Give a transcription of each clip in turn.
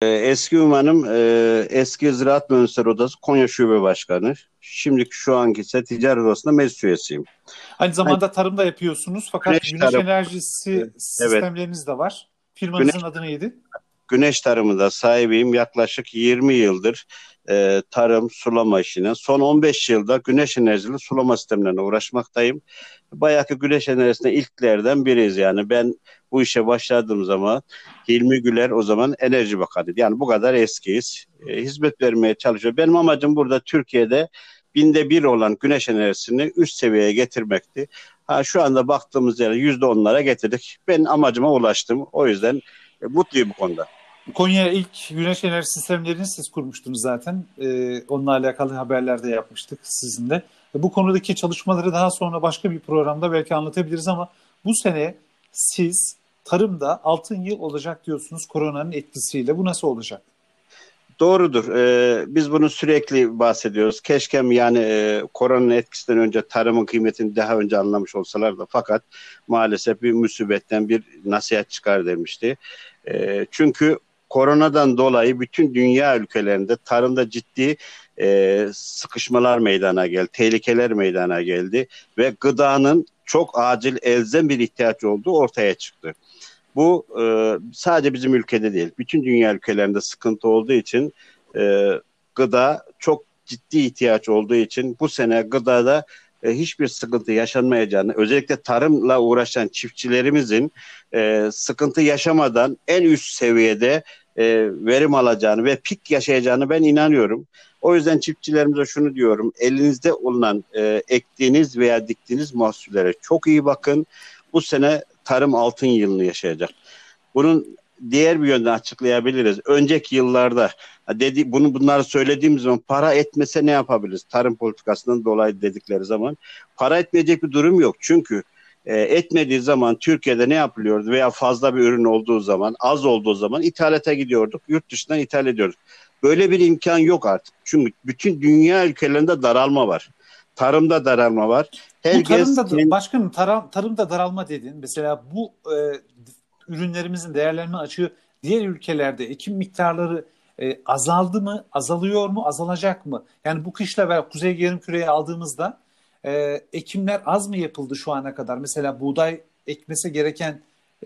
Eski Ümanım, eski Ziraat Mühendisleri Odası Konya Şube Başkanı. Şimdiki şu anki ise Ticaret Odası'nda meclis üyesiyim. Aynı Hani zamanda tarım da yapıyorsunuz fakat güneş güneş tarımı, enerjisi evet, sistemleriniz de var. Firmanızın güneş adı neydi? güneş tarımında sahibiyim. Yaklaşık 20 yıldır tarım, sulama işine. Son 15 yılda güneş enerjili sulama sistemlerine uğraşmaktayım. Bayağı ki güneş enerjisinde ilklerden biriyiz yani. Ben bu işe başladığım zaman Hilmi Güler o zaman Enerji Bakanıydı. Yani bu kadar eskiyiz. Hizmet vermeye çalışıyor. Benim amacım burada Türkiye'de binde bir olan güneş enerjisini üst seviyeye getirmekti. Şu anda baktığımız yere %10'lara getirdik. Ben amacıma ulaştım. O yüzden mutluyum bu konuda. Konya'ya ilk güneş enerji sistemlerini siz kurmuştunuz zaten. Onunla alakalı haberler de yapmıştık sizinle. Bu konudaki çalışmaları daha sonra başka bir programda belki anlatabiliriz ama bu sene siz tarımda altın yıl olacak diyorsunuz koronanın etkisiyle. Bu nasıl olacak? Doğrudur. Biz bunu sürekli bahsediyoruz. Keşke yani koronanın etkisinden önce tarımın kıymetini daha önce anlamış olsalar da fakat maalesef bir musibetten bir nasihat çıkar demişti. Çünkü koronadan dolayı bütün dünya ülkelerinde tarımda ciddi sıkışmalar meydana geldi, tehlikeler meydana geldi ve gıdanın çok acil elzem bir ihtiyaç olduğu ortaya çıktı. Bu sadece bizim ülkede değil, bütün dünya ülkelerinde sıkıntı olduğu için e, gıda çok ciddi ihtiyaç olduğu için bu sene gıdada hiçbir sıkıntı yaşanmayacağını, özellikle tarımla uğraşan çiftçilerimizin sıkıntı yaşamadan en üst seviyede verim alacağını ve pik yaşayacağını ben inanıyorum. O yüzden çiftçilerimize şunu diyorum, elinizde olunan ektiğiniz veya diktiğiniz mahsullere çok iyi bakın. Bu sene tarım altın yılını yaşayacak. Bunun diğer bir yönden açıklayabiliriz. Önceki yıllarda bunları söylediğimiz zaman para etmese ne yapabiliriz? Tarım politikasından dolayı dedikleri zaman para etmeyecek bir durum yok. Çünkü etmediği zaman Türkiye'de ne yapılıyordu veya fazla bir ürün olduğu zaman, az olduğu zaman ithalata gidiyorduk. Yurt dışından ithal ediyorduk. Böyle bir imkan yok artık. Çünkü bütün dünya ülkelerinde daralma var. Tarımda daralma var. Bu Herkes tarımda başkanım tarımda daralma dedin. Mesela bu ürünlerimizin değerlenme açığı diğer ülkelerde ekim miktarları azaldı mı, azalıyor mu, azalacak mı? Yani bu kışla ve Kuzey Yarımküre'yi aldığımızda ekimler az mı yapıldı şu ana kadar? Mesela buğday ekmesi gereken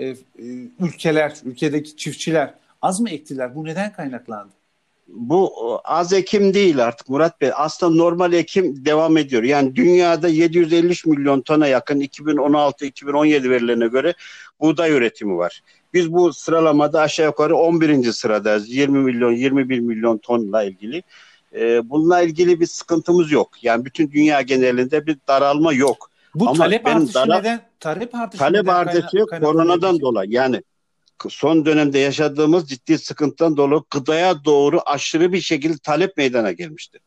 ülkedeki çiftçiler az mı ektiler? Bu neden kaynaklandı? Bu az ekim değil artık Murat Bey. Aslında normal ekim devam ediyor. Yani dünyada 753 milyon tona yakın 2016-2017 verilerine göre buğday üretimi var. Biz bu sıralamada aşağı yukarı 11. sıradayız. 20 milyon, 21 milyon tonla ilgili. Bununla ilgili bir sıkıntımız yok. Yani bütün dünya genelinde bir daralma yok. Bu Ama talep benim artışı neden talep artışı talep neden artışı kaynaklanıyor koronadan peki? dolayı. Yani son dönemde yaşadığımız ciddi sıkıntıdan dolayı gıdaya doğru aşırı bir şekilde talep meydana gelmiştir.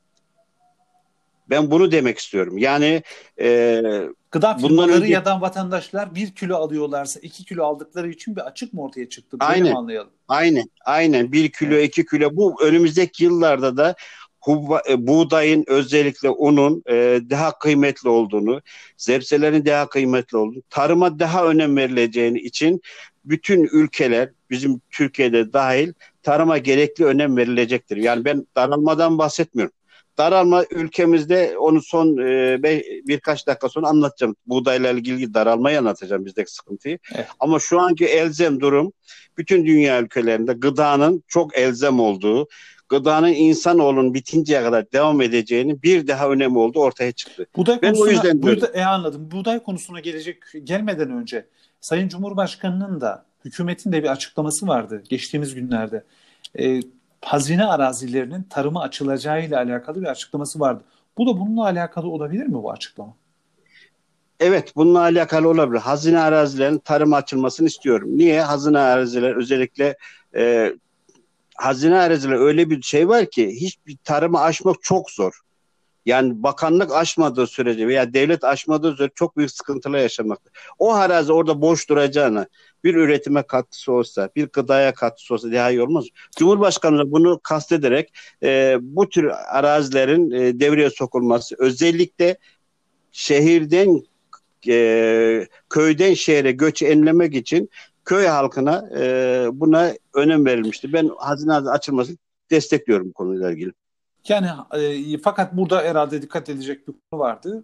Ben bunu demek istiyorum. Yani e, Gıda bundan firmaları önce ya da vatandaşlar 1 kilo alıyorlarsa 2 kilo aldıkları için bir açık mı ortaya çıktı? Böyle mi aynen, anlayalım? aynen 1 kilo, Evet. 2 kilo bu önümüzdeki yıllarda da buğdayın özellikle unun daha kıymetli olduğunu, sebzelerin daha kıymetli olduğunu, tarıma daha önem verileceğini için bütün ülkeler bizim Türkiye'de dahil tarıma gerekli önem verilecektir. Yani ben daralmadan bahsetmiyorum. Daralma ülkemizde onu son birkaç dakika sonra anlatacağım. Buğdayla ilgili daralmayı anlatacağım bizdeki sıkıntıyı. Evet. Ama şu anki elzem durum bütün dünya ülkelerinde gıdanın çok elzem olduğu, gıdanın insanoğlunun bitinceye kadar devam edeceğinin bir daha önemi olduğu ortaya çıktı. Buğday Ben o konusuna yüzden diyorum. anladım. Buğday konusuna gelmeden önce Sayın Cumhurbaşkanı'nın da hükümetin de bir açıklaması vardı geçtiğimiz günlerde. Ee, Hazine arazilerinin tarıma açılacağıyla alakalı bir açıklaması vardı. Bu da bununla alakalı olabilir mi bu açıklama? Evet, bununla alakalı olabilir. Hazine arazilerinin tarıma açılmasını istiyorum. Niye? Hazine araziler özellikle e, hazine arazileri öyle bir şey var ki hiçbir tarımı aşmak çok zor. Yani bakanlık aşmadığı sürece veya devlet aşmadığı sürece çok büyük sıkıntılar yaşamakta. O arazi orada boş duracağına bir üretime katkısı olsa, bir gıdaya katkısı olsa daha iyi olmaz. Cumhurbaşkanı da bunu kastederek bu tür arazilerin devreye sokulması, özellikle şehirden köyden şehre göçü engellemek için köy halkına buna önem verilmişti. Ben hazine açılmasını destekliyorum bu konuyla ilgili. Yani fakat burada herhalde dikkat edilecek bir konu vardı.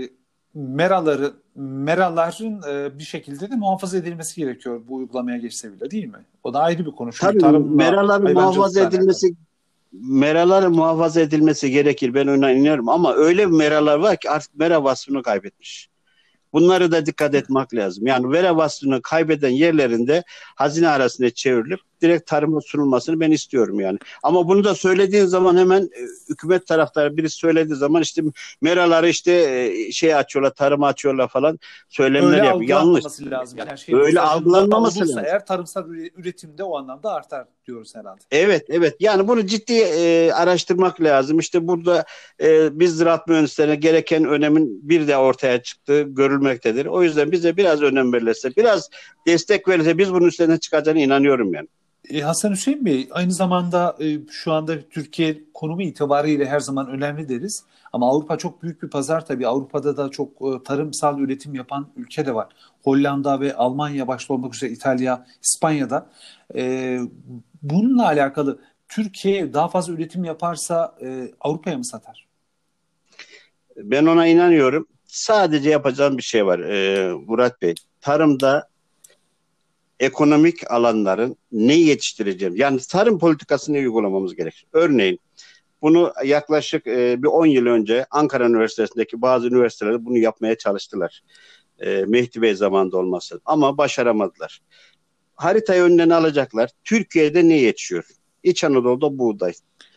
Meraların bir şekilde de muhafaza edilmesi gerekiyor bu uygulamaya geçse bile, değil mi? O da ayrı bir konu. Çünkü Tabii tarımla, hayvancılıkla alakalı. meraların muhafaza edilmesi gerekir. Ben ona inanıyorum ama öyle meralar var ki artık mera vasfını kaybetmiş. Bunları da dikkat etmek lazım. Yani vera vasfını kaybeden yerlerinde hazine arasına çevrilip direkt tarıma sunulmasını ben istiyorum yani. Ama bunu da söylediğin zaman hemen hükümet taraftarı birisi söylediği zaman işte meraları işte şey açıyorlar, tarıma açıyorlar falan söylemler Öyle yapıyor. Yanlış. algılanmaması lazım. Yani her şey Öyle dozajında da algılanmaması olursa lazım. eğer tarımsal üretimde o anlamda artar diyoruz herhalde. Evet. Yani bunu ciddi araştırmak lazım. İşte burada biz ziraat mühendislerine gereken önemin bir de ortaya çıktığı görülmektedir. O yüzden bize biraz önem verilirse, biraz destek verilirse biz bunun üstüne çıkacağına inanıyorum yani. Hasan Hüseyin Bey, aynı zamanda şu anda Türkiye konumu itibariyle her zaman önemli deriz. Ama Avrupa çok büyük bir pazar tabii. Avrupa'da da çok tarımsal üretim yapan ülke de var. Hollanda ve Almanya başta olmak üzere İtalya, İspanya'da. Bununla alakalı Türkiye daha fazla üretim yaparsa Avrupa'ya mı satar? Ben ona inanıyorum. Sadece yapacağım bir şey var Murat Bey. Tarımda ekonomik alanların ne yetiştireceğim? Yani tarım politikasını uygulamamız gerekir. Örneğin bunu yaklaşık bir 10 yıl önce Ankara Üniversitesi'ndeki bazı üniversiteler bunu yapmaya çalıştılar. Mehdi Bey zamanında olması. Ama başaramadılar. Haritayı önlerine alacaklar. Türkiye'de ne yetişiyor? İç Anadolu'da buğday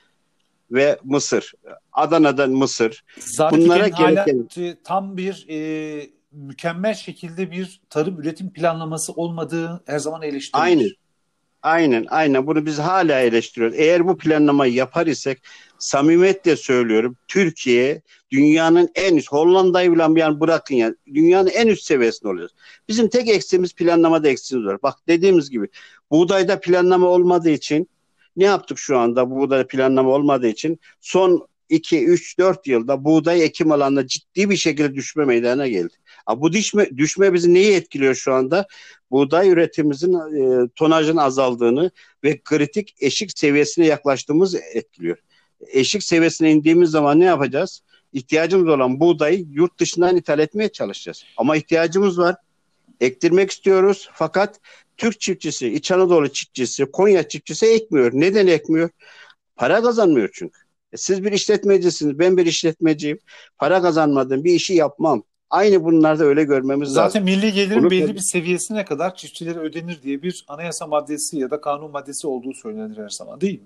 ve mısır. Adana'dan mısır. Zaten Bunlara Türkiye'nin hala gereken tam bir mükemmel şekilde bir tarım üretim planlaması olmadığı her zaman aynı. eleştirilir. Aynen. Bunu biz hala eleştiriyoruz. Eğer bu planlamayı yapar isek samimiyetle söylüyorum Türkiye dünyanın en üst Hollanda'yı bile yani bırakın yani dünyanın en üst seviyesinde olacağız. Bizim tek eksiğimiz planlamada eksiğimiz var. Bak dediğimiz gibi buğdayda planlama olmadığı için ne yaptık şu anda buğdayda planlama olmadığı için son 2, 3, 4 yılda buğday ekim alanında ciddi bir şekilde düşme meydana geldi. Bu düşme bizi neyi etkiliyor şu anda? Buğday üretimimizin tonajın azaldığını ve kritik eşik seviyesine yaklaştığımız etkiliyor. Eşik seviyesine indiğimiz zaman ne yapacağız? İhtiyacımız olan buğdayı yurt dışından ithal etmeye çalışacağız. Ama ihtiyacımız var. Ektirmek istiyoruz. Fakat Türk çiftçisi, İç Anadolu çiftçisi, Konya çiftçisi ekmiyor. Neden ekmiyor? Para kazanmıyor çünkü. Siz bir işletmecisiniz, ben bir işletmeciyim. Para kazanmadığım bir işi yapmam. Aynı bunlarda öyle görmemiz lazım. Zaten milli gelirin Bunu belli bir seviyesine kadar çiftçilere ödenir diye bir anayasa maddesi ya da kanun maddesi olduğu söylenir her zaman, değil mi?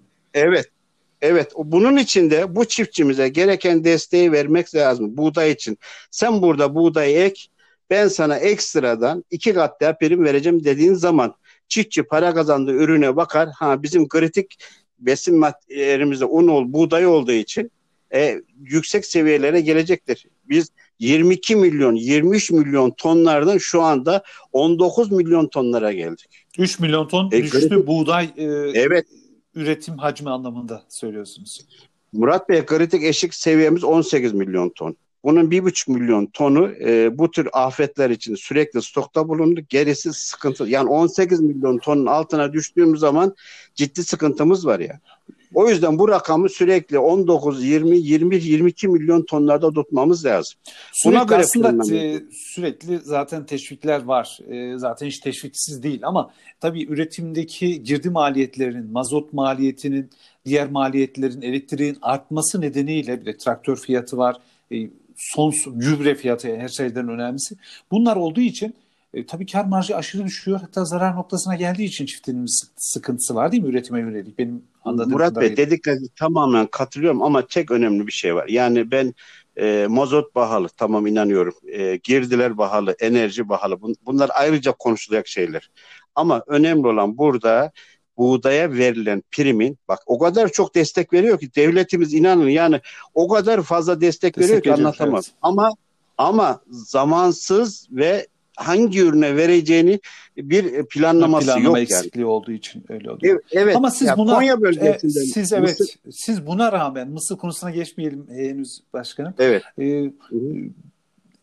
Evet. Bunun için de bu çiftçimize gereken desteği vermek lazım buğday için. Sen burada buğdayı ek, ben sana ekstradan 2 kat daha prim vereceğim dediğin zaman çiftçi para kazandığı ürüne bakar. Bizim kritik besin maddelerimizde buğday olduğu için yüksek seviyelere gelecektir. Biz 22 milyon, 23 milyon tonlardan şu anda 19 milyon tonlara geldik. 3 milyon ton düştü buğday evet. Üretim hacmi anlamında söylüyorsunuz. Murat Bey kritik eşik seviyemiz 18 milyon ton. Bunun 1,5 milyon tonu bu tür afetler için sürekli stokta bulundu. Gerisi sıkıntı. Yani 18 milyon tonun altına düştüğümüz zaman ciddi sıkıntımız var ya. O yüzden bu rakamı sürekli 19, 20, 21, 22 milyon tonlarda tutmamız lazım. Buna göre aslında sürekli zaten teşvikler var. Zaten hiç teşviksiz değil ama tabii üretimdeki girdi maliyetlerinin, mazot maliyetinin, diğer maliyetlerin, elektriğin artması nedeniyle bir de traktör fiyatı var. Son gübre fiyatı her şeyden önemlisi. Bunlar olduğu için tabii kar marjı aşırı düşüyor. Hatta zarar noktasına geldiği için çiftçinin sıkıntısı var değil mi üretime yönelik? Benim anladığım Murat Bey dediklerinize tamamen katılıyorum ama tek önemli bir şey var. Yani ben mazot pahalı tamam inanıyorum. Girdiler pahalı, enerji pahalı. Bunlar ayrıca konuşulacak şeyler. Ama önemli olan burada buğdaya verilen primin bak o kadar çok destek veriyor ki devletimiz inanın yani o kadar fazla destek veriyor ki anlatamam. Evet. Ama zamansız ve hangi ürüne vereceğini bir planlaması planlama yok eksikliği yani. olduğu için öyle oluyor. Evet. Ama siz buna Konya bölgesinde siz buna rağmen Mısır konusuna geçmeyelim henüz başkanım. Evet.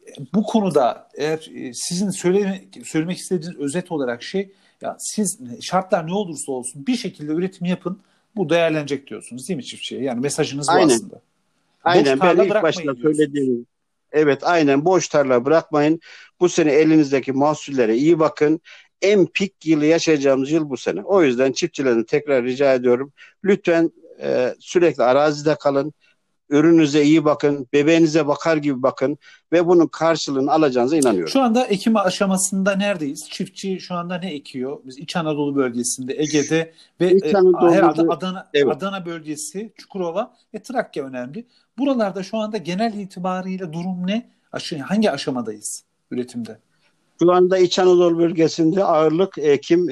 bu konuda eğer sizin söylemek istediğiniz özet olarak ya siz şartlar ne olursa olsun bir şekilde üretim yapın, bu değerlenecek diyorsunuz değil mi çiftçiye? Yani mesajınız bu Aynen. aslında. Boş Aynen ben tarla ilk başta bırakmayın diyorsunuz. söylediğim, evet, aynen, boş tarla bırakmayın. Bu sene elinizdeki mahsullere iyi bakın. En pik yılı yaşayacağımız yıl bu sene. O yüzden çiftçilerden tekrar rica ediyorum. Lütfen sürekli arazide kalın. Ürününüze iyi bakın. Bebeğinize bakar gibi bakın. Ve bunun karşılığını alacağınıza inanıyorum. Şu anda ekim aşamasında neredeyiz? Çiftçi şu anda ne ekiyor? Biz İç Anadolu bölgesinde, Ege'de ve İç herhalde Anadolu'da, evet. Adana bölgesi, Çukurova ve Trakya önemli. Buralarda şu anda genel itibariyle durum ne? Hangi aşamadayız üretimde? Şu anda İç Anadolu bölgesinde ağırlık ekim,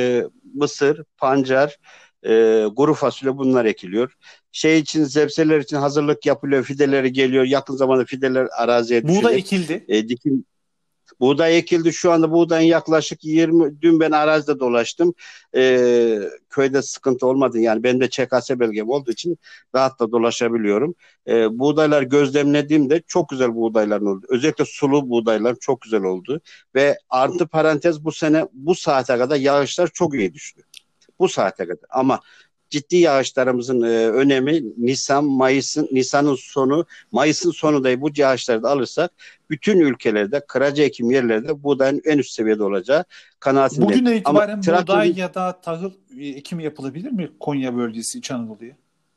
mısır, pancar, kuru fasulye, bunlar ekiliyor. Şey için, sebzeler için hazırlık yapılıyor. Fideleri geliyor. Yakın zamanda fideler araziye Buğday düşecek. ekildi. Dikim Buğday ekildi. Şu anda buğdayın yaklaşık 20, dün ben arazide dolaştım. Köyde sıkıntı olmadı. Yani benim de ÇKS belgem olduğu için rahat da dolaşabiliyorum. Buğdaylar gözlemlediğimde çok güzel buğdaylar oldu. Özellikle sulu buğdaylar çok güzel oldu. Ve artı parantez, bu sene bu saate kadar yağışlar çok iyi düştü. Bu saate kadar. Ama ciddi yağışlarımızın önemi Nisan'ın sonu, Mayıs'ın sonu da bu yağışları da alırsak bütün ülkelerde, kıraca ekim yerlerde buğdayın en üst seviyede olacağı kanaatindeyim. Bugünden Ama itibaren traktörün buğday ya da tahıl ekimi yapılabilir mi Konya bölgesi, İç Anadolu'ya?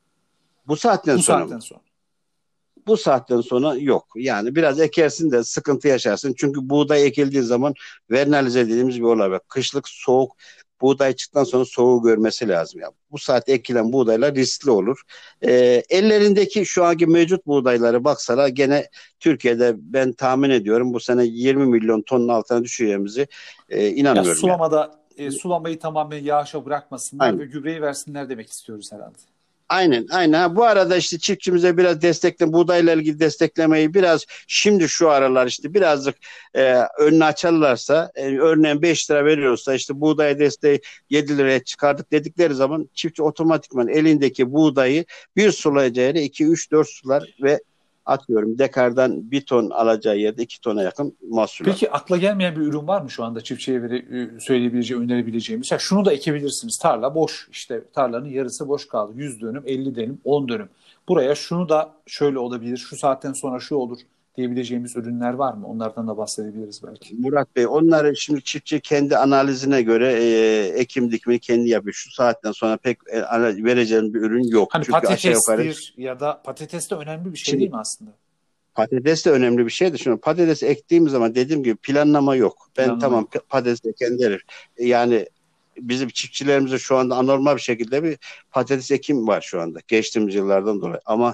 bu saatten Bu sonra saatten mı? sonra. Bu saatten sonra yok. Yani biraz ekersin de sıkıntı yaşarsın. Çünkü buğday ekildiği zaman vernalize dediğimiz bir olay var. Kışlık soğuk, buğday çıktıktan sonra soğuğu görmesi lazım. Yani bu saatte ekilen buğdaylar riskli olur. Ellerindeki şu anki mevcut buğdayları baksalar gene Türkiye'de ben tahmin ediyorum bu sene 20 milyon tonun altına düşeceğimizi Ya inanmıyorum yani. sulamayı tamamen yağışa bırakmasınlar ve Aynen. gübreyi versinler demek istiyoruz herhalde. Aynen, aynen. Ha, bu arada işte çiftçimize biraz buğdayla ilgili desteklemeyi biraz şimdi şu aralar işte birazcık önünü açarlarsa, örneğin 5 lira veriyorsa işte buğday desteği 7 liraya çıkardık dedikleri zaman çiftçi otomatikman elindeki buğdayı bir sulayacağı yere 2, 3, 4 sular ve atıyorum dekardan 1 ton alacağı yerde 2 tona yakın mahsul alır. Peki akla gelmeyen bir ürün var mı şu anda çiftçiye söyleyebileceği, önerebileceğimiz? Ya şunu da ekebilirsiniz. Tarla boş. İşte tarlanın yarısı boş kaldı. 100 dönüm, 50 dönüm, 10 dönüm. Buraya şunu da şöyle olabilir. Şu saatten sonra şu olur diyebileceğimiz ürünler var mı? Onlardan da bahsedebiliriz belki. Murat Bey, onları şimdi çiftçi kendi analizine göre ekim dikimi kendi yapıyor. Şu saatten sonra pek vereceğim bir ürün yok. Hani Çünkü aşağı yukarı patatestir ya da patates de önemli bir şey şimdi değil mi aslında? patates de önemli bir şeydi. Şimdi patates ektiğim zaman dediğim gibi planlama yok. Ben Planlama tamam yok. patates eken derim. Yani bizim çiftçilerimizde şu anda anormal bir şekilde bir patates ekim var şu anda. Geçtiğimiz yıllardan dolayı. Ama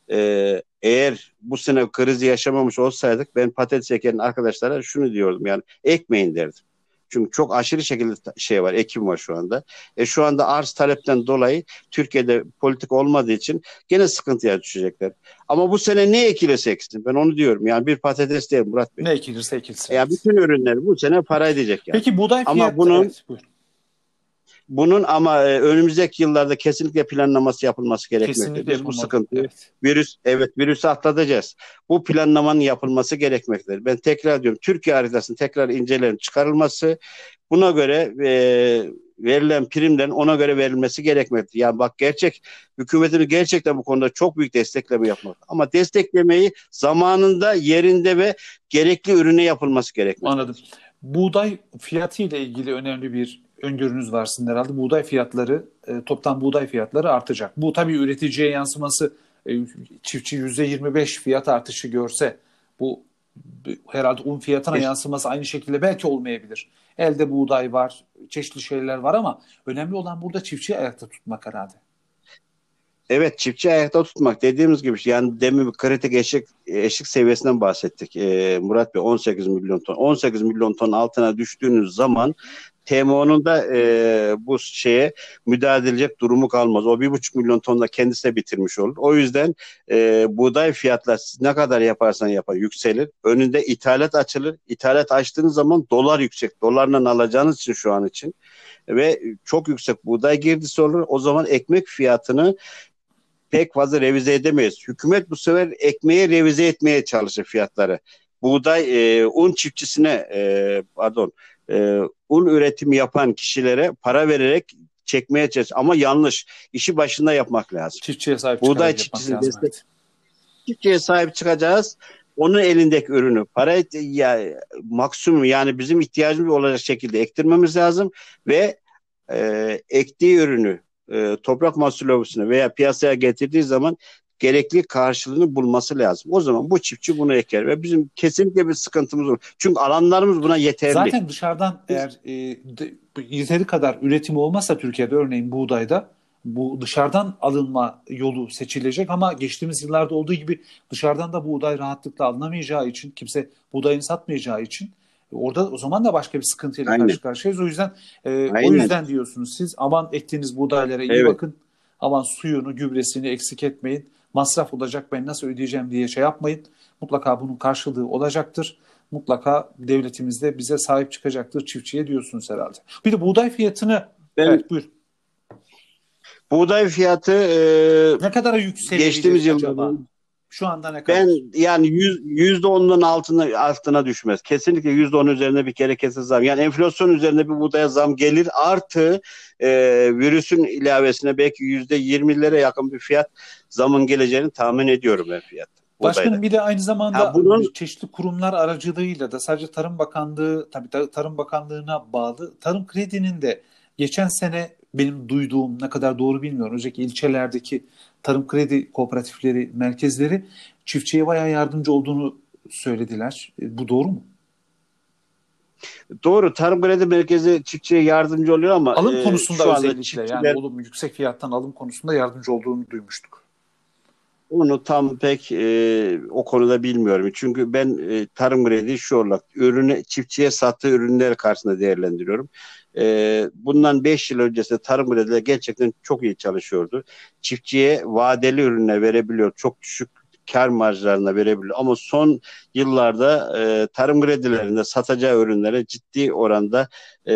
eğer bu sene krizi yaşamamış olsaydık ben patates eken arkadaşlara şunu diyordum, yani ekmeyin derdim. Çünkü çok aşırı şekilde şey var, ekim var şu anda. Şu anda arz talepten dolayı Türkiye'de politik olmadığı için gene sıkıntıya düşecekler. Ama bu sene ne ekilirse eksin, ben onu diyorum. Yani bir patates değil Murat Bey. Ne ekilirse ekilsin. Yani Evet. bütün ürünler bu sene para edecek yani. Peki buğday Ama fiyatı, evet buyurun. bunun ama önümüzdeki yıllarda kesinlikle planlaması yapılması gerekmektedir. Kesinlikle Biz bu yapılmalı. sıkıntıyı, Evet. virüsü atlatacağız. Bu planlamanın yapılması gerekmektedir. Ben tekrar diyorum, Türkiye haritasının tekrar incelerin çıkarılması, buna göre verilen primlerin ona göre verilmesi gerekmektedir. Yani bak, hükümetimiz gerçekten bu konuda çok büyük destekleme yapmak. Ama desteklemeyi zamanında, yerinde ve gerekli ürüne yapılması gerekmektedir. Anladım. Buğday fiyatı ile ilgili önemli bir öngörünüz var sizin herhalde. Buğday fiyatları, toptan buğday fiyatları artacak. Bu tabii üreticiye yansıması, çiftçi %25 fiyat artışı görse bu herhalde un fiyatına yansıması aynı şekilde belki olmayabilir. Elde buğday var, çeşitli şeyler var ama önemli olan burada çiftçiyi ayakta tutmak herhalde. Evet, çiftçi ayakta tutmak dediğimiz gibi, yani demin bir kritik eşik seviyesinden bahsettik. Murat Bey, 18 milyon ton. 18 milyon ton altına düştüğünüz zaman TMO'nun da bu şeye müdahale edilecek durumu kalmaz. O 1,5 milyon tonda kendisi de bitirmiş olur. O yüzden buğday fiyatlar siz ne kadar yaparsan yapar yükselir. Önünde ithalat açılır. İthalat açtığınız zaman dolar yüksek. Dolarla alacağınız için şu an için ve çok yüksek buğday girdisi olur. O zaman ekmek fiyatını pek fazla revize edemeyiz. Hükümet bu sefer ekmeği revize etmeye çalışır, fiyatları. buğday un çiftçisine un üretimi yapan kişilere para vererek çekmeye çalışıyor. Ama yanlış. İşi başında yapmak lazım. Çiftçiye sahip Buğday çıkarak yapmak çiftçisini lazım. destek. Evet. Çiftçiye sahip çıkacağız. Onun elindeki ürünü maksimum yani bizim ihtiyacımız olacak şekilde ektirmemiz lazım ve ektiği ürünü toprak mahsulü ofisine veya piyasaya getirdiği zaman gerekli karşılığını bulması lazım. O zaman bu çiftçi bunu eker ve bizim kesinlikle bir sıkıntımız olur. Çünkü alanlarımız buna yeterli. Zaten dışarıdan eğer yeteri kadar üretimi olmazsa Türkiye'de örneğin buğdayda bu dışarıdan alınma yolu seçilecek ama geçtiğimiz yıllarda olduğu gibi dışarıdan da buğday rahatlıkla alınamayacağı için kimse buğdayını satmayacağı için orada o zaman da başka bir sıkıntıyla karşı karşıyayız. O yüzden o yüzden diyorsunuz siz aman ektiğiniz buğdaylara iyi bakın. Aman suyunu, gübresini eksik etmeyin. Masraf olacak ben nasıl ödeyeceğim diye şey yapmayın. Mutlaka bunun karşılığı olacaktır. Mutlaka devletimiz de bize sahip çıkacaktır çiftçiye diyorsunuz herhalde. Bir de buğday fiyatını evet buyur. Buğday fiyatı ne kadar yükselebilir geçtiğimiz acaba? Şu anda ne kadar? Ben yani %10'un altına düşmez. Kesinlikle %10 üzerine bir kere kesin zam. Yani enflasyon üzerine bir buğdaya zam gelir. Artı virüsün ilavesine belki %20'lere yakın bir fiyat zamın geleceğini tahmin ediyorum ben fiyat. Başkanım bir de aynı zamanda çeşitli kurumlar aracılığıyla da sadece Tarım Bakanlığı tabii Tarım Bakanlığı'na bağlı Tarım Kredi'nin de geçen sene benim duyduğum ne kadar doğru bilmiyorum. Özellikle ilçelerdeki tarım kredi kooperatifleri, merkezleri çiftçiye bayağı yardımcı olduğunu söylediler. Bu doğru mu? Doğru. Tarım kredi merkezi çiftçiye yardımcı oluyor ama alım konusunda şu özellikle çiftçiler, yani yüksek fiyattan alım konusunda yardımcı olduğunu duymuştuk. Onu tam pek o konuda bilmiyorum. Çünkü ben tarım kredi şu olarak çiftçiye sattığı ürünler karşısında değerlendiriyorum. Bundan 5 yıl öncesinde tarım kredileri gerçekten çok iyi çalışıyordu. Çiftçiye vadeli ürünler verebiliyor. Çok düşük kar marjlarına verebiliyor. Ama son yıllarda tarım kredilerinde satacağı ürünlere ciddi oranda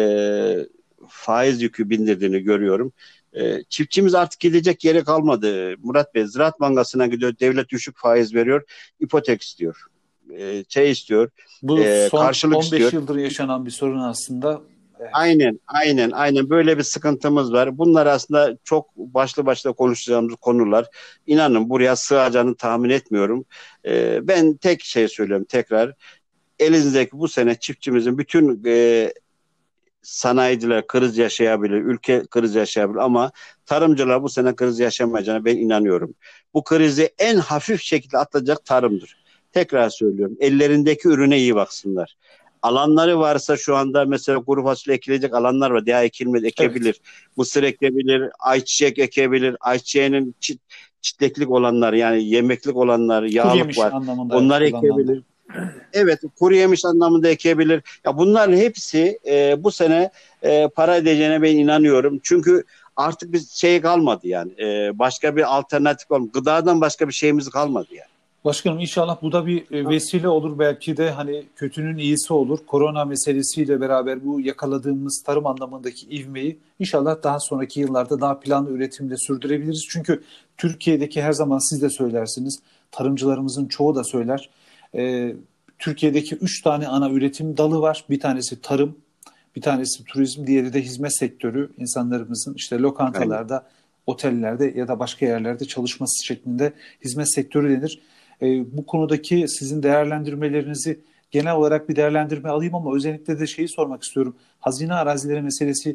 faiz yükü bindirdiğini görüyorum. Çiftçimiz artık gidecek yere kalmadı. Murat Bey, Ziraat Bankası'na gidiyor, devlet düşük faiz veriyor, ipotek istiyor, istiyor, bu son karşılık 15 istiyor. yıldır yaşanan bir sorun aslında. Evet. Aynen böyle bir sıkıntımız var. Bunlar aslında çok başlı başına konuşacağımız konular. İnanın buraya sığacağını tahmin etmiyorum. Ben tek şey söylüyorum tekrar. Elinizdeki bu sene çiftçimizin bütün sanayiciler kriz yaşayabilir, ülke kriz yaşayabilir ama tarımcılar bu sene kriz yaşamayacağına ben inanıyorum. Bu krizi en hafif şekilde atlatacak tarımdır. Tekrar söylüyorum. Ellerindeki ürüne iyi baksınlar. Alanları varsa şu anda mesela kuru fasulye ekilecek alanlar var. Daha ekilmedi, ekebilir. Evet. Mısır ekebilir, ayçiçek ekebilir. Ayçiçeğinin çitleklik olanlar yani yemeklik olanlar, yağlık var. Onları ekebilir. Evet, kuru yemiş anlamında ekebilir. Ya bunların hepsi bu sene para edeceğine ben inanıyorum. Çünkü artık bir şey kalmadı yani. Başka bir alternatif kalmadı. Gıdadan başka bir şeyimiz kalmadı yani. Başkanım inşallah bu da bir vesile olur. Belki de hani kötünün iyisi olur. Korona meselesiyle beraber bu yakaladığımız tarım anlamındaki ivmeyi inşallah daha sonraki yıllarda daha planlı üretimde sürdürebiliriz. Çünkü Türkiye'deki her zaman siz de söylersiniz. Tarımcılarımızın çoğu da söyler. Türkiye'deki 3 tane ana üretim dalı var. Bir tanesi tarım, bir tanesi turizm, diğeri de hizmet sektörü. İnsanlarımızın işte lokantalarda, aynen, otellerde ya da başka yerlerde çalışması şeklinde hizmet sektörü denir. Bu konudaki sizin değerlendirmelerinizi genel olarak bir değerlendirme alayım ama özellikle de şeyi sormak istiyorum. Hazine arazileri meselesi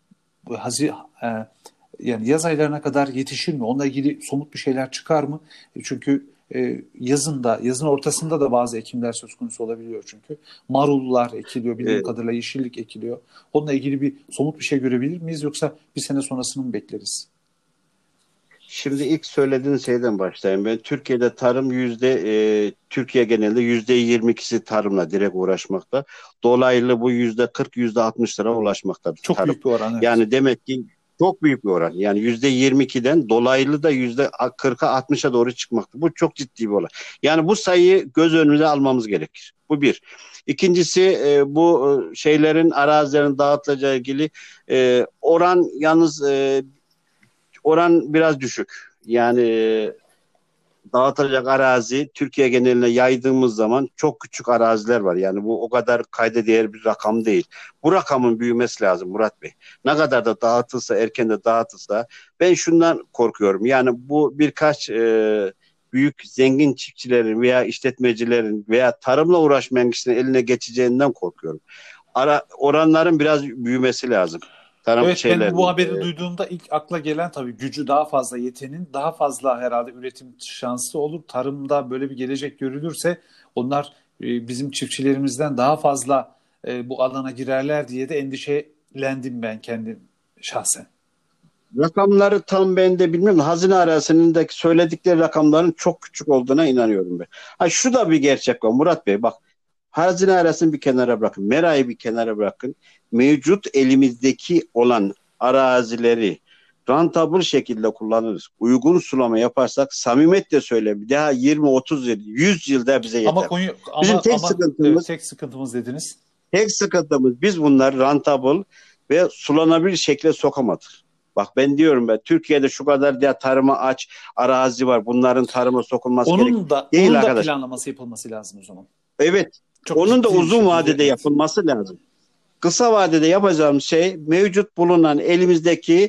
yani yaz aylarına kadar yetişir mi? Onunla ilgili somut bir şeyler çıkar mı? Çünkü yazın ortasında da bazı ekimler söz konusu olabiliyor çünkü. Marullar ekiliyor, bildiğim kadarıyla yeşillik ekiliyor. Onunla ilgili bir somut bir şey görebilir miyiz yoksa bir sene sonrasını mı bekleriz? Şimdi ilk söylediğin şeyden başlayayım. Ben Türkiye'de tarım Türkiye genelinde %22'si tarımla direkt uğraşmakta. Dolaylı bu %40, %60'lara ulaşmaktadır. Çok tarım. Büyük bir oran. Evet. Yani demek ki çok büyük bir oran. Yani %22'den dolaylı da %40'a 60'a doğru çıkmakta. Bu çok ciddi bir olay. Yani bu sayıyı göz önüne almamız gerekir. Bu bir. İkincisi bu şeylerin arazilerin dağıtılacağı ilgili oran yalnız oran biraz düşük. Yani dağıtılacak arazi Türkiye geneline yaydığımız zaman çok küçük araziler var. Yani bu o kadar kayda değer bir rakam değil. Bu rakamın büyümesi lazım Murat Bey. Ne kadar da dağıtılsa, erken de dağıtılsa, ben şundan korkuyorum. Yani bu birkaç büyük zengin çiftçilerin veya işletmecilerin veya tarımla uğraşmayan kişilerin eline geçeceğinden korkuyorum. Oranların biraz büyümesi lazım. Tarım Evet, ben bu şeylerin. haberi duyduğumda ilk akla gelen tabii gücü daha fazla yetenin daha fazla herhalde üretim şansı olur. Tarımda böyle bir gelecek görülürse onlar bizim çiftçilerimizden daha fazla bu alana girerler diye de endişelendim ben kendim şahsen. Rakamları tam ben de bilmiyorum. Hazine arasındaki söyledikleri rakamların çok küçük olduğuna inanıyorum ben. Ha, şu da bir gerçek var Murat Bey, bak. Hazine arasını bir kenara bırakın. Merayı bir kenara bırakın. Mevcut elimizdeki olan arazileri rentable şekilde kullanırız. Uygun sulama yaparsak, samimiyetle söyleyeyim, bir daha 20-30 yıl, 100 yılda bize Ama yeter. Konya Bizim tek ama evet, sıkıntımız, tek sıkıntımız dediniz. biz bunları rentable ve sulanabilir şekle sokamadık. Bak, ben diyorum, Türkiye'de şu kadar diye tarıma aç arazi var. Bunların tarıma sokulması gerek değil Onun da arkadaş. planlaması yapılması lazım o zaman. Evet. Çok Onun da ciddi bir uzun şekilde, vadede evet. yapılması lazım. Kısa vadede yapacağımız şey, mevcut bulunan elimizdeki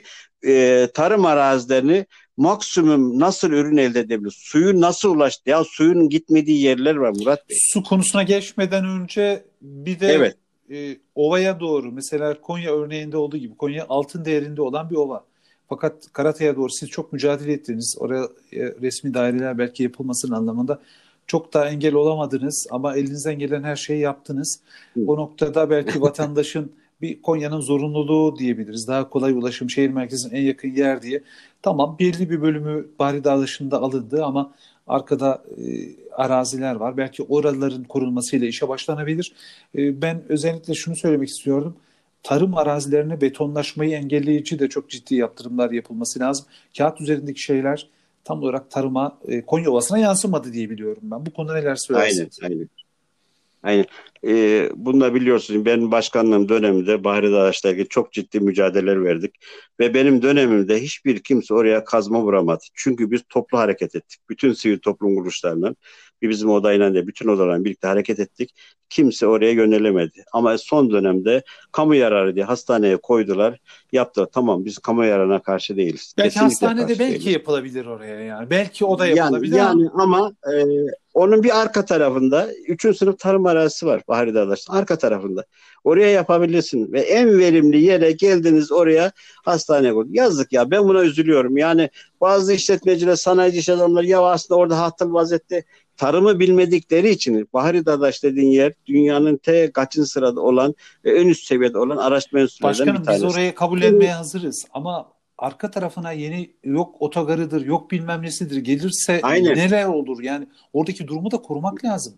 tarım arazilerini maksimum nasıl ürün elde edebiliriz? Suyu nasıl ulaştı? Ya suyun gitmediği yerler var Murat Bey. Su konusuna geçmeden önce bir de Evet. ovaya doğru, mesela Konya örneğinde olduğu gibi, Konya altın değerinde olan bir ova. Fakat Karatay'a doğru siz çok mücadele ettiniz. Oraya resmi daireler belki yapılmasının anlamında çok da engel olamadınız ama elinizden gelen her şeyi yaptınız. Hı. O noktada belki vatandaşın bir Konya'nın zorunluluğu diyebiliriz. Daha kolay ulaşım, şehir merkezinin en yakın yer diye. Tamam, belli bir bölümü Bahri Dağ dışında alındı ama arkada araziler var. Belki oraların korunmasıyla işe başlanabilir. Ben özellikle şunu söylemek istiyordum. Tarım arazilerine betonlaşmayı engelleyici de çok ciddi yaptırımlar yapılması lazım. Kağıt üzerindeki şeyler tam olarak tarıma, Konya Ovası'na yansımadı diye biliyorum ben. Bu konuda neler Aynen, söylersiniz? aynen. Aynen. Bunu da biliyorsunuz, benim başkanlığım döneminde Bahri Dağaç'la ilgili çok ciddi mücadeleler verdik. Ve benim dönemimde hiçbir kimse oraya kazma vuramadı. Çünkü biz toplu hareket ettik. Bütün sivil toplum kuruluşlarından, bizim odayla da bütün odalarla birlikte hareket ettik. Kimse oraya yönelemedi. Ama son dönemde kamu yararı diye hastaneye koydular, yaptılar. Tamam, biz kamu yararına karşı değiliz. Belki Kesinlikle hastanede karşı belki değiliz. yapılabilir oraya yani. Belki o da Yani yapılabilir ama yani ama onun bir arka tarafında 3. sınıf tarım arazisi var Bahri Dağlar. Arka tarafında. Oraya yapabilirsin ve en verimli yere geldiniz, oraya hastane koy. Yazık ya, ben buna üzülüyorum. Yani bazı işletmeciler, sanayici iş adamları, ya aslında orada hatır vaziyette, tarımı bilmedikleri için Bahri Dadaş dediğin yer dünyanın kaçıncı sırada olan ve en üst seviyede olan araştırma enstitülerden bir başkanım biz tanesi. oraya kabullenmeye hazırız ama arka tarafına yeni yok otogarıdır, yok bilmem nesidir gelirse Aynen. neler olur? Yani oradaki durumu da korumak lazım.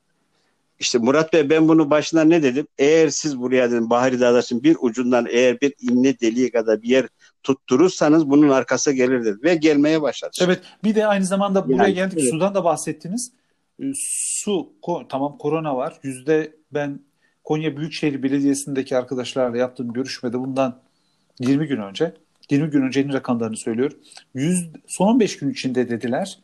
İşte Murat Bey, ben bunu başına ne dedim? Eğer siz buraya, dedim, Bahri Dağdaş'ın bir ucundan eğer bir iğne deliği kadar bir yer tutturursanız bunun arkası gelir dedim. Ve gelmeye başladı Evet, şimdi. bir de aynı zamanda buraya Yani geldik. evet. Sudan da bahsettiniz. Tamam, korona var. Ben Konya Büyükşehir Belediyesi'ndeki arkadaşlarla yaptığım görüşmede bundan 20 gün önce, 20 gün öncenin rakamlarını söylüyorum. Son 15 gün içinde dediler,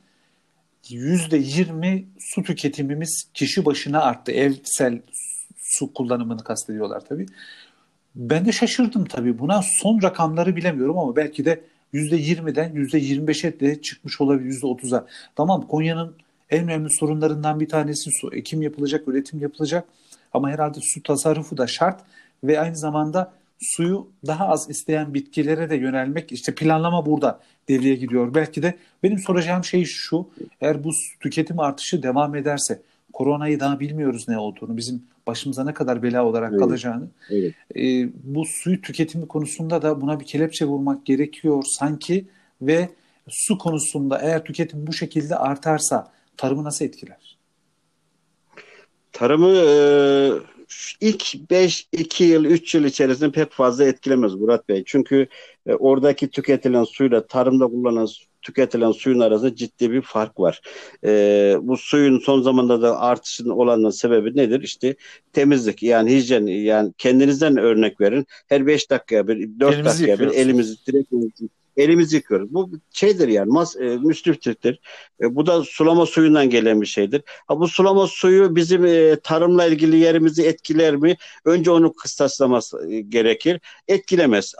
%20 su tüketimimiz kişi başına arttı. Evsel su kullanımını kastediyorlar tabii. Ben de şaşırdım tabii buna. Son rakamları bilemiyorum ama belki de %20'den %25'e de çıkmış olabilir, %30'a. Tamam, Konya'nın en önemli sorunlarından bir tanesi su. Ekim yapılacak, üretim yapılacak ama herhalde su tasarrufu da şart ve aynı zamanda suyu daha az isteyen bitkilere de yönelmek, işte planlama burada devreye giriyor. Belki de benim soracağım şey şu: eğer bu tüketim artışı devam ederse, koronayı daha bilmiyoruz ne olduğunu, bizim başımıza ne kadar bela olarak Evet. kalacağını, Evet. bu suyu tüketimi konusunda da buna bir kelepçe vurmak gerekiyor sanki ve su konusunda eğer tüketim bu şekilde artarsa tarımı nasıl etkiler? Tarımı ilk 2 yıl, 3 yıl içerisinde pek fazla etkilemez Murat Bey. Çünkü oradaki tüketilen suyla tarımda kullanılan tüketilen suyun arasında ciddi bir fark var. Bu suyun son zamanda da artışın olanın sebebi nedir? İşte temizlik, yani hijyen, yani kendinizden örnek verin. Her 5 dakikaya bir, 4 Elimizi dakikaya bir yıkıyoruz. elimizi direkt elimizi yıkıyoruz. Bu şeydir yani, müsriftir. Bu da sulama suyundan gelen bir şeydir. Ha, bu sulama suyu bizim tarımla ilgili yerimizi etkiler mi? Önce onu kıstaslaması gerekir. Etkilemez.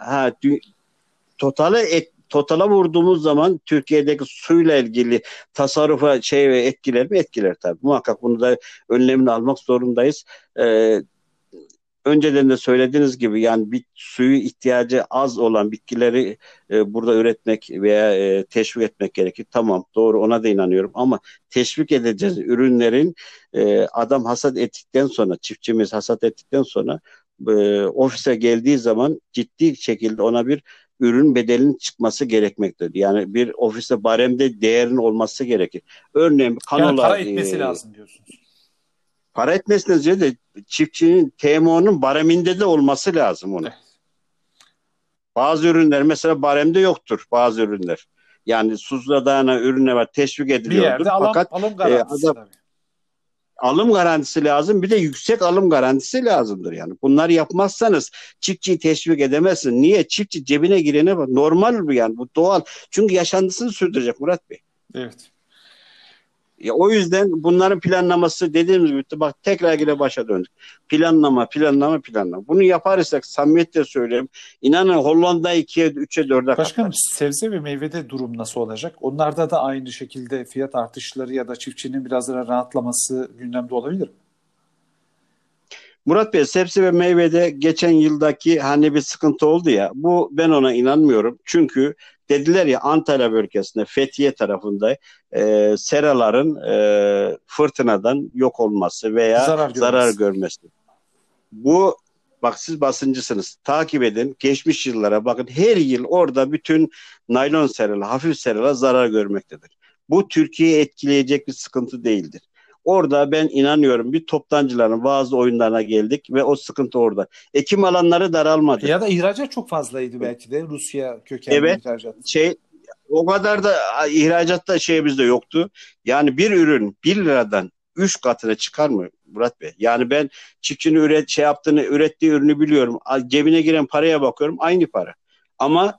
Totala vurduğumuz zaman Türkiye'deki suyla ilgili tasarrufa ve etkiler mi? Etkiler tabii. Muhakkak bunu da önlemini almak zorundayız. Ee, Önceden de söylediğiniz gibi, yani bir suyu ihtiyacı az olan bitkileri burada üretmek veya teşvik etmek gerekir. Tamam, doğru, ona da inanıyorum, ama teşvik edeceğiz ürünlerin adam hasat ettikten sonra, çiftçimiz hasat ettikten sonra ofise geldiği zaman ciddi şekilde ona bir ürün bedelinin çıkması gerekmektedir. Yani bir ofiste baremde değerin olması gerekir. Örneğin Yani kanola para etmesi lazım diyorsunuz. para etmesinden ziyade çiftçinin TMO'nun bareminde de olması lazım onun. Evet. Bazı ürünler mesela baremde yoktur, bazı ürünler. Yani Tuzla Dağı'na ürüne var, teşvik Bir ediliyordur. yerde Fakat alım garantisi adam tabii. alım garantisi lazım. Bir de yüksek alım garantisi lazımdır yani. Bunları yapmazsanız çiftçiyi teşvik edemezsin. Niye? Çiftçi cebine girene bak. Normal bu yani. Bu doğal. Çünkü yaşantısını sürdürecek Murat Bey. Evet. O yüzden bunların planlaması, dediğimiz gibi, bak tekrar yine başa döndük. Planlama, planlama, planlama. Bunu yaparsak, samimiyetle söyleyeyim, inanın Hollanda 2'ye, 3'e, 4'e Başkanım, katlar. sebze ve meyvede durum nasıl olacak? Onlarda da aynı şekilde fiyat artışları ya da çiftçinin biraz daha rahatlaması gündemde olabilir mi? Murat Bey, sebze ve meyvede geçen yıldaki hani bir sıkıntı oldu ya, bu, ben ona inanmıyorum. Çünkü dediler ya, Antalya bölgesinde, Fethiye tarafında seraların fırtınadan yok olması veya Zarar zarar görmesi. görmesi. Bu, bak siz basıncısınız. Takip edin. Geçmiş yıllara bakın. Her yıl orada bütün naylon seralar, hafif seralar zarar görmektedir. Bu Türkiye'yi etkileyecek bir sıkıntı değildir. Orada ben inanıyorum, bir toptancıların bazı oyunlarına geldik ve o sıkıntı orada. Ekim alanları daralmadı. Ya da ihracat çok fazlaydı belki de. Rusya kökenli Evet, ihracat. şey, o kadar da ihracatta bizde yoktu. Yani bir ürün 1 liradan 3 katına çıkar mı Murat Bey? Yani ben çiftçinin ürettiği ürünü biliyorum. Cebine giren paraya bakıyorum, aynı para. Ama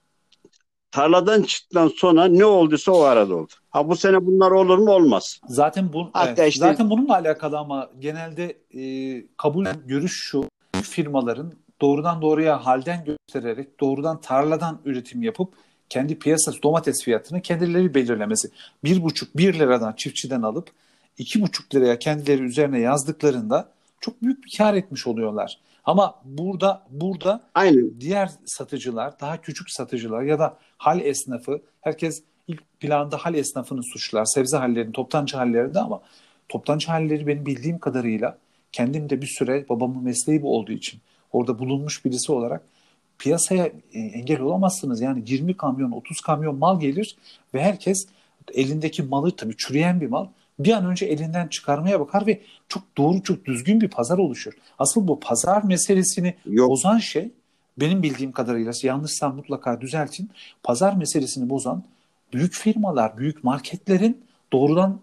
tarladan çıktıktan sonra ne olduysa o arada oldu. Ha, bu sene bunlar olur mu? Olmaz. Evet. Hatta işte Zaten bununla alakalı ama genelde kabul görüş şu: firmaların doğrudan doğruya halden göstererek doğrudan tarladan üretim yapıp kendi piyasası domates fiyatını kendileri belirlemesi. 1,5-1 liradan çiftçiden alıp 2,5 liraya kendileri üzerine yazdıklarında çok büyük bir kar etmiş oluyorlar. Ama burada aynı. diğer satıcılar, daha küçük satıcılar ya da hal esnafı, herkes ilk planda hal esnafını suçlar. Sebze hallerini, toptancı hallerini, ama toptancı halleri benim bildiğim kadarıyla, kendim de bir süre, babamın mesleği bu olduğu için orada bulunmuş birisi olarak, piyasaya engel olamazsınız. Yani 20 kamyon, 30 kamyon mal gelir ve herkes elindeki malı, tabii çürüyen bir mal, bir an önce elinden çıkarmaya bakar ve çok doğru, çok düzgün bir pazar oluşur. Asıl bu pazar meselesini Yok. bozan şey, benim bildiğim kadarıyla, yanlışsam mutlaka düzeltin, pazar meselesini bozan büyük firmalar, büyük marketlerin doğrudan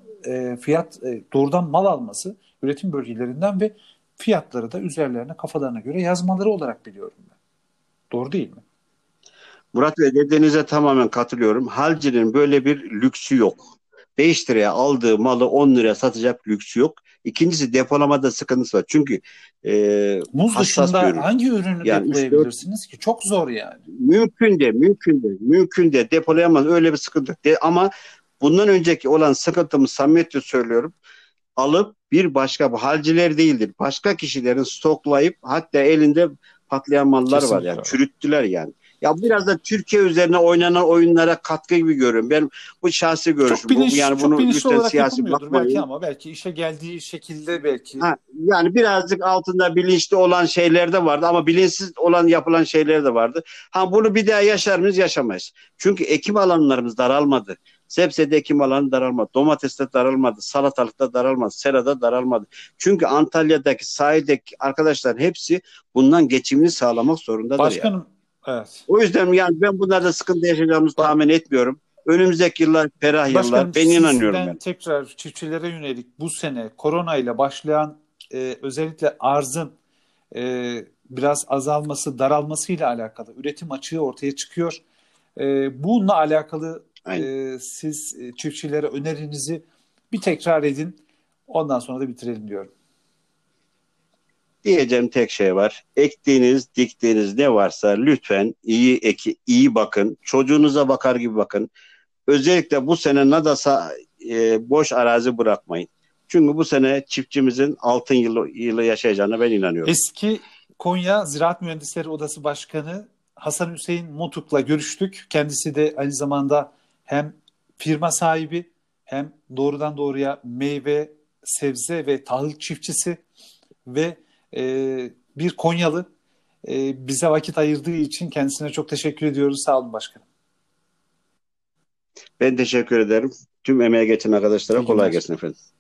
doğrudan mal alması üretim bölgelerinden ve fiyatları da üzerlerine, kafalarına göre yazmaları olarak biliyorum ben. Doğru değil mi? Murat Bey, dediğinize tamamen katılıyorum. Halcinin böyle bir lüksü yok. 5 liraya aldığı malı 10 liraya satacak lüksü yok. İkincisi, depolamada sıkıntısı var. Çünkü Muz hassas bir dışında ürün. hangi ürünü Yani 3-4, depolayabilirsiniz ki? Çok zor yani. mümkün de depolayamaz, öyle bir sıkıntı. Ama bundan önceki olan sıkıntımız, samimiyetle söylüyorum, alıp bir başka, bu halciler değildir, başka kişilerin stoklayıp, hatta elinde patlayan mallar var yani, Kesinlikle öyle. çürüttüler yani. Ya biraz da Türkiye üzerine oynanan oyunlara katkı gibi görüyorum. Ben, bu şahsi görüşüm. Yani Çok bunu bilinçli lütfen olarak siyasi yapılmıyordur belki, bakmayın. ama belki işe geldiği şekilde belki. Ha, yani birazcık altında bilinçli olan şeyler de vardı, ama bilinçsiz olan yapılan şeyler de vardı. Ha, bunu bir daha yaşar mıyız? Yaşamayız. Çünkü ekim alanlarımız daralmadı. Sebzede ekim alanı daralmadı. Domateste daralmadı. Salatalıkta daralmadı. Serada daralmadı. Çünkü Antalya'daki sahildeki arkadaşlar hepsi bundan geçimini sağlamak zorundadır yani. Başkanım, evet. O yüzden yani ben bunlarda sıkıntı yaşayacağımızı Ba- tahmin etmiyorum. Önümüzdeki yıllar ferah yıllar. Başkanım Ben inanıyorum sizden ben. tekrar çiftçilere yönelik bu sene korona ile başlayan özellikle arzın biraz azalması, daralması ile alakalı üretim açığı ortaya çıkıyor. Bununla alakalı Aynen. siz çiftçilere önerinizi bir tekrar edin. Ondan sonra da bitirelim diyorum. Diyeceğim tek şey var. Ektiğiniz, diktiğiniz ne varsa lütfen iyi bakın. Çocuğunuza bakar gibi bakın. Özellikle bu sene nadasa boş arazi bırakmayın. Çünkü bu sene çiftçimizin altın yılı yaşayacağına ben inanıyorum. Eski Konya Ziraat Mühendisleri Odası Başkanı Hasan Hüseyin Motuk'la görüştük. Kendisi de aynı zamanda hem firma sahibi hem doğrudan doğruya meyve, sebze ve tahıl çiftçisi ve bir Konyalı. Bize vakit ayırdığı için kendisine çok teşekkür ediyoruz. Sağ olun başkanım. Ben teşekkür ederim. Tüm emeğe geçen arkadaşlara İyi kolay günler. gelsin efendim.